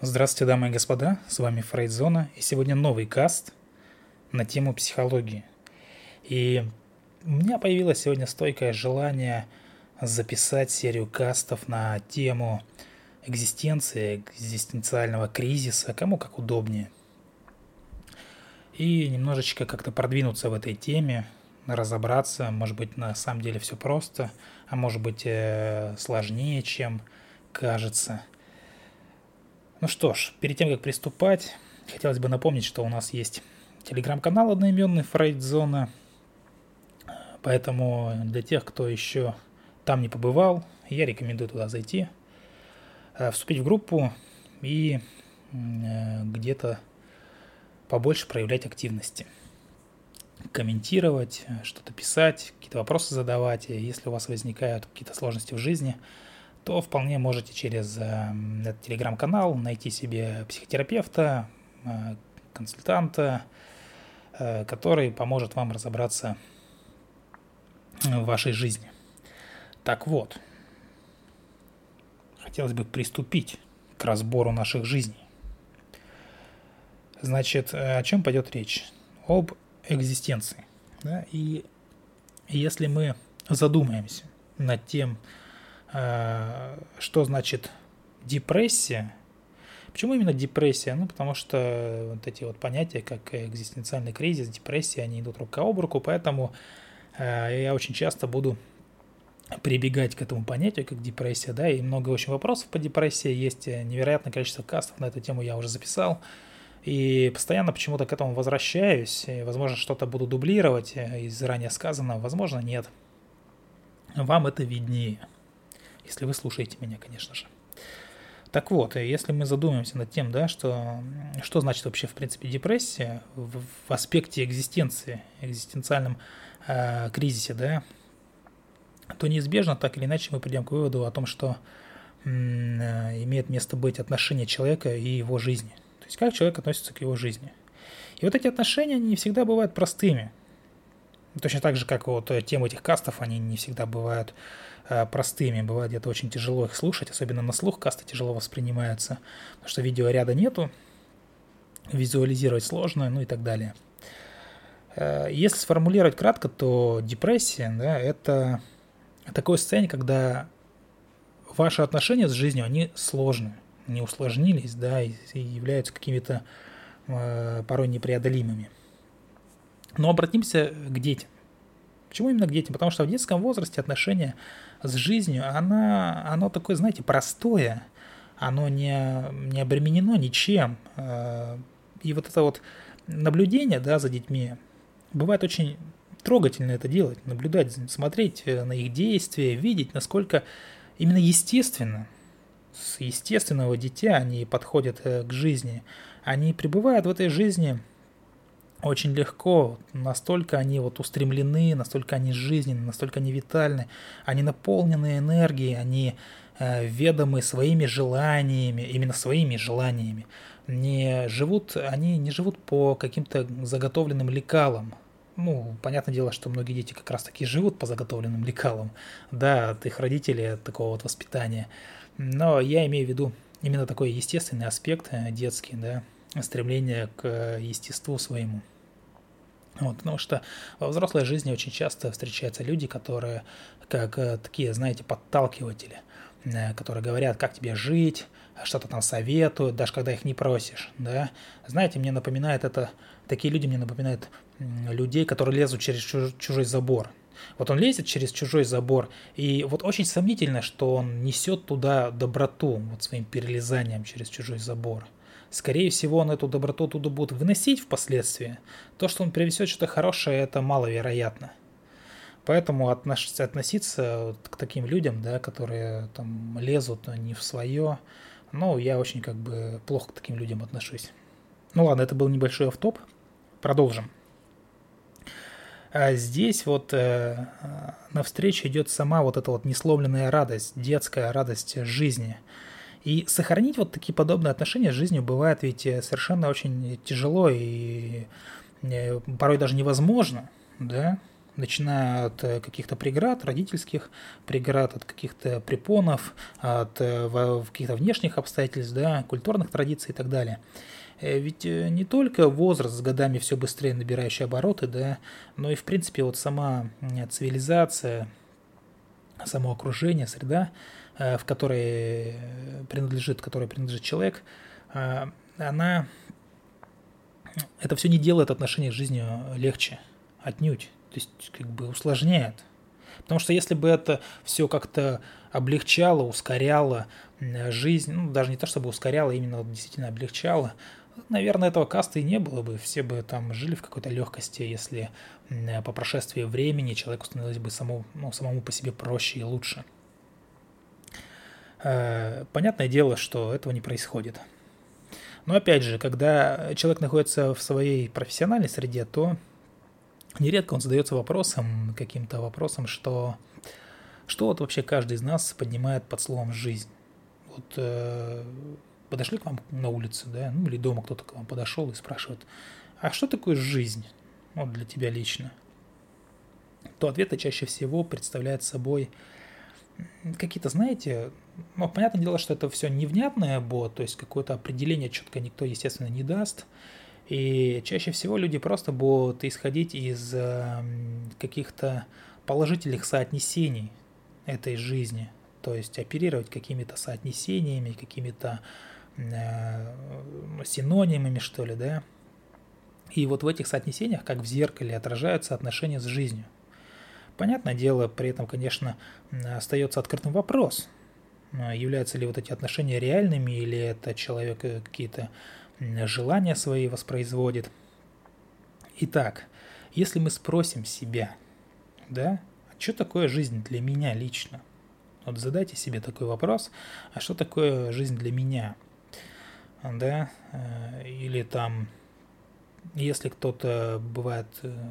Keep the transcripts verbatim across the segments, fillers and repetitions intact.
Здравствуйте, дамы и господа, с вами Фрейдзона, и сегодня новый каст на тему психологии. И у меня появилось сегодня стойкое желание записать серию кастов на тему экзистенции, экзистенциального кризиса, кому как удобнее. И немножечко как-то продвинуться в этой теме, разобраться, может быть, на самом деле все просто, а может быть, сложнее, чем кажется. Ну что ж, перед тем, как приступать, хотелось бы напомнить, что у нас есть телеграм-канал одноименный Фрейдзона, поэтому для тех, кто еще там не побывал, я рекомендую туда зайти, вступить в группу и где-то побольше проявлять активности, комментировать, что-то писать, какие-то вопросы задавать, и если у вас возникают какие-то сложности в жизни, то вполне можете через э, этот телеграм-канал найти себе психотерапевта, э, консультанта, э, который поможет вам разобраться в вашей жизни. Так вот, хотелось бы приступить к разбору наших жизней. Значит, о чем пойдет речь? Об экзистенции. Да? И если мы задумаемся над тем, что значит депрессия. Почему именно депрессия? Ну, потому что вот эти вот понятия, как экзистенциальный кризис, депрессия, они идут рука об руку, поэтому я очень часто буду прибегать к этому понятию, как депрессия, да, и много очень вопросов по депрессии, есть невероятное количество кастов на эту тему я уже записал, и постоянно почему-то к этому возвращаюсь, и, возможно, что-то буду дублировать из ранее сказанного, возможно, нет. Вам это виднее. Если вы слушаете меня, конечно же. Так вот, если мы задумаемся над тем, да, что, что значит вообще, в принципе, депрессия в, в аспекте экзистенции, экзистенциальном э, кризисе, да, то неизбежно, так или иначе, мы придем к выводу о том, что э, имеет место быть отношение человека и его жизни. То есть, как человек относится к его жизни. И вот эти отношения, они не всегда бывают простыми. Точно так же, как вот темы этих кастов, они не всегда бывают э, простыми. Бывает где-то очень тяжело их слушать, особенно на слух касты тяжело воспринимаются, потому что видеоряда нету, визуализировать сложно, ну и так далее. Э, если сформулировать кратко, то депрессия, да, это такое состояние, когда ваши отношения с жизнью, они сложны, они усложнились, да, и, и являются какими-то э, порой непреодолимыми. Но обратимся к детям. Почему именно к детям? Потому что в детском возрасте отношение с жизнью, оно, оно такое, знаете, простое, оно не, не обременено ничем. И вот это вот наблюдение, да, за детьми, бывает очень трогательно это делать, наблюдать, смотреть на их действия, видеть, насколько именно естественно, с естественного дитя они подходят к жизни, они пребывают в этой жизни очень легко, настолько они вот устремлены, настолько они жизненны, настолько они витальны, они наполнены энергией, они э, ведомы своими желаниями, именно своими желаниями. Не живут, они не живут по каким-то заготовленным лекалам. Ну, понятное дело, что многие дети как раз таки живут по заготовленным лекалам, да, от их родителей, от такого вот воспитания. Но я имею в виду именно такой естественный аспект детский, да, стремление к естеству своему. Вот, потому что во взрослой жизни очень часто встречаются люди, которые как такие, знаете, подталкиватели, которые говорят, как тебе жить, что-то там советуют, даже когда их не просишь, да. Знаете, мне напоминает это, такие люди мне напоминают людей, которые лезут через чуж, чужой забор. Вот он лезет через чужой забор, и вот очень сомнительно, что он несет туда доброту, вот своим перелезанием через чужой забор. Скорее всего, он эту доброту туда будет выносить впоследствии. То, что он привнесет что-то хорошее, это маловероятно. Поэтому относиться к таким людям, да, которые там лезут не в свое, ну, я очень как бы плохо к таким людям отношусь. Ну ладно, это был небольшой офф-топ. Продолжим. А здесь вот э, навстречу идет сама вот эта вот несломленная радость, детская радость жизни. И сохранить вот такие подобные отношения с жизнью бывает ведь совершенно очень тяжело и порой даже невозможно, да. начиная от каких-то преград, родительских преград, от каких-то препонов, от каких-то внешних обстоятельств, да, культурных традиций и так далее. Ведь не только возраст с годами все быстрее набирающий обороты, да, но и, в принципе, вот сама цивилизация, само окружение, среда, в которой принадлежит, которой принадлежит человек, она, это все не делает отношения с жизнью легче, отнюдь, то есть как бы усложняет. Потому что если бы это все как-то облегчало, ускоряло жизнь, ну даже не то чтобы ускоряло, именно вот действительно облегчало, наверное, этого каста и не было бы, все бы там жили в какой-то легкости, если по прошествии времени человеку становилось бы самому, ну, самому по себе проще и лучше. Понятное дело, что этого не происходит. Но опять же, когда человек находится в своей профессиональной среде, то нередко он задается вопросом, каким-то вопросом, что, что вот вообще каждый из нас поднимает под словом «жизнь». Вот э, подошли к вам на улице, да, ну или дома кто-то к вам подошел и спрашивает, а что такое жизнь, вот для тебя лично? То ответы чаще всего представляют собой какие-то, знаете, ну, понятное дело, что это все невнятное, бо, то есть какое-то определение четко никто, естественно, не даст. И чаще всего люди просто будут исходить из э, каких-то положительных соотнесений этой жизни. То есть оперировать какими-то соотнесениями, какими-то э, синонимами, что ли, да. И вот в этих соотнесениях, как в зеркале, отражаются отношения с жизнью. Понятное дело, при этом, конечно, остается открытым вопрос, являются ли вот эти отношения реальными, или это человек какие-то желания свои воспроизводит. Итак, если мы спросим себя, да, а что такое жизнь для меня лично? Вот задайте себе такой вопрос, а что такое жизнь для меня? Да, или там, если кто-то бывает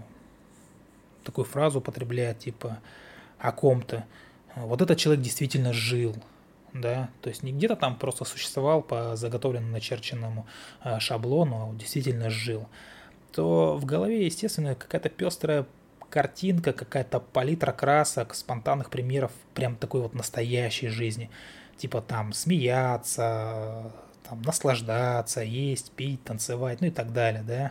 такую фразу употребляет, типа о ком-то, вот этот человек действительно жил, да, то есть не где-то там просто существовал по заготовленному начерченному э, шаблону, а вот действительно жил, то в голове, естественно, какая-то пестрая картинка, какая-то палитра красок, спонтанных примеров прям такой вот настоящей жизни, типа там смеяться, там наслаждаться, есть, пить, танцевать, ну и так далее, да.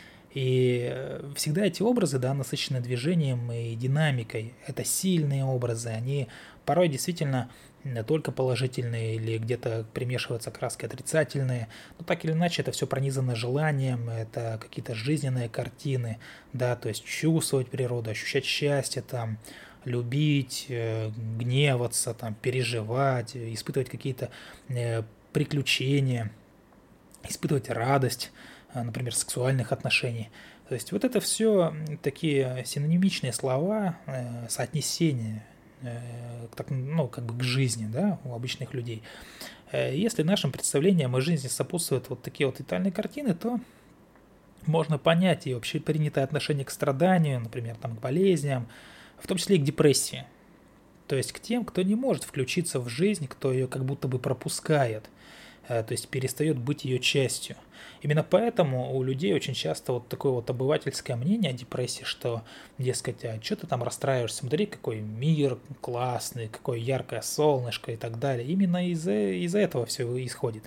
И всегда эти образы, да, насыщены движением и динамикой. Это сильные образы, они порой действительно только положительные или где-то примешиваются краски отрицательные. Но так или иначе это все пронизано желанием, это какие-то жизненные картины, да, то есть чувствовать природу, ощущать счастье, там, любить, гневаться, там, переживать, испытывать какие-то приключения, испытывать радость, например, сексуальных отношений. То есть вот это все такие синонимичные слова, э, соотнесения, э, так, ну, как бы к жизни, да, у обычных людей. Э, если нашим представлениям о жизни сопутствуют вот такие вот детальные картины, то можно понять и вообще принятое отношение к страданию, например, там, к болезням, в том числе и к депрессии. То есть к тем, кто не может включиться в жизнь, кто ее как будто бы пропускает, то есть перестает быть ее частью. Именно поэтому у людей очень часто вот такое вот обывательское мнение о депрессии, что, дескать, а что ты там расстраиваешься, смотри, какой мир классный, какое яркое солнышко и так далее. Именно из-за из-за этого все исходит.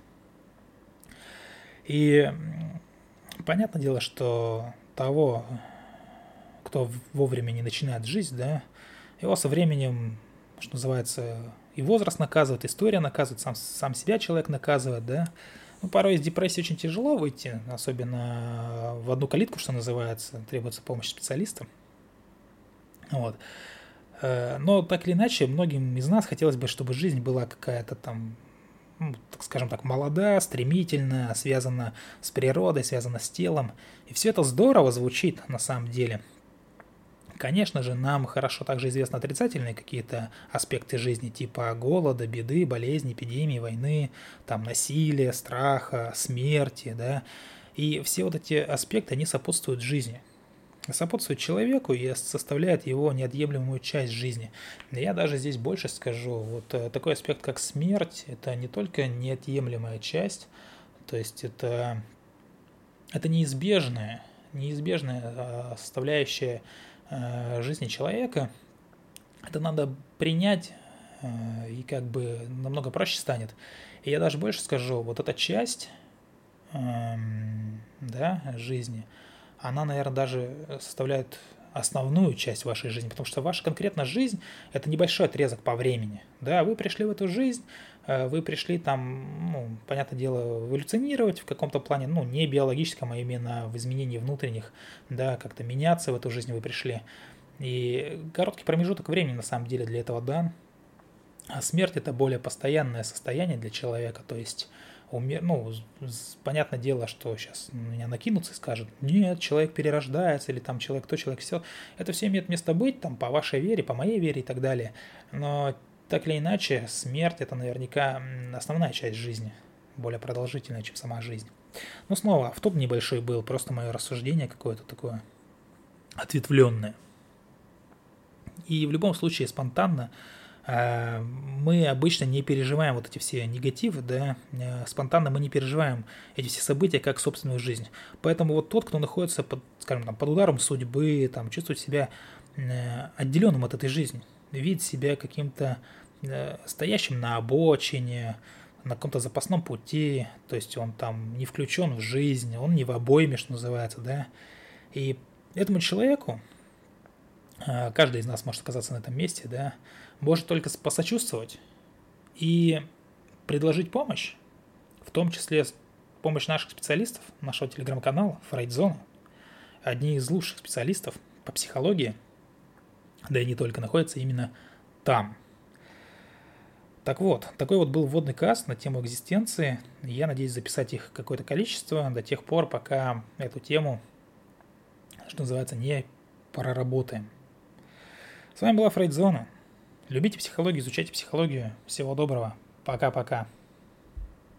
И понятное дело, что того, кто вовремя не начинает жизнь, да, его со временем, что называется, и возраст наказывает, история наказывает, сам, сам себя человек наказывает, да. Ну, порой из депрессии очень тяжело выйти, особенно в одну калитку, что называется, требуется помощь специалиста. Вот. Но так или иначе, многим из нас хотелось бы, чтобы жизнь была какая-то там, ну, так скажем так, молода, стремительная, связана с природой, связана с телом. И все это здорово звучит на самом деле. Конечно же, нам хорошо также известны отрицательные какие-то аспекты жизни, типа голода, беды, болезни, эпидемии, войны, там, насилия, страха, смерти, да. И все вот эти аспекты, они сопутствуют жизни, сопутствуют человеку и составляют его неотъемлемую часть жизни. Я даже здесь больше скажу, вот такой аспект, как смерть, это не только неотъемлемая часть, то есть это, это неизбежная, неизбежная составляющая э, жизни человека, это надо принять, э, и как бы намного проще станет. И я даже больше скажу, вот эта часть, эм, да, жизни, она, наверное, даже составляет основную часть вашей жизни, потому что ваша конкретно жизнь – это небольшой отрезок по времени. Да, вы пришли в эту жизнь, э, вы пришли там, ну, понятное дело, эволюционировать в каком-то плане, ну, не биологическом, а именно в изменении внутренних, да, как-то меняться в эту жизнь вы пришли. И короткий промежуток времени на самом деле для этого дан. А смерть – это более постоянное состояние для человека, то есть умер, ну, понятное дело, что сейчас на меня накинутся и скажут, нет, человек перерождается, или там человек то, человек все. Это все имеет место быть, там, по вашей вере, по моей вере и так далее. Но так или иначе, смерть – это наверняка основная часть жизни, более продолжительная, чем сама жизнь. Но снова, автоп небольшой был, просто мое рассуждение какое-то такое ответвленное. И в любом случае спонтанно мы обычно не переживаем вот эти все негативы, да, спонтанно мы не переживаем эти все события как собственную жизнь. Поэтому вот тот, кто находится под, скажем, там, под ударом судьбы, там, чувствует себя отделенным от этой жизни, видит себя каким-то стоящим на обочине, на каком-то запасном пути, то есть он там не включен в жизнь, он не в обойме, что называется, да, и этому человеку, каждый из нас может оказаться на этом месте, да, может только посочувствовать и предложить помощь, в том числе помощь наших специалистов, нашего телеграм-канала Фрейдзона, одни из лучших специалистов по психологии, да и не только, находятся именно там. Так вот, такой вот был вводный каст на тему экзистенции. Я надеюсь записать их какое-то количество до тех пор, пока эту тему, что называется, не проработаем. С вами была Фрейдзона. Любите психологию, изучайте психологию. Всего доброго. Пока-пока.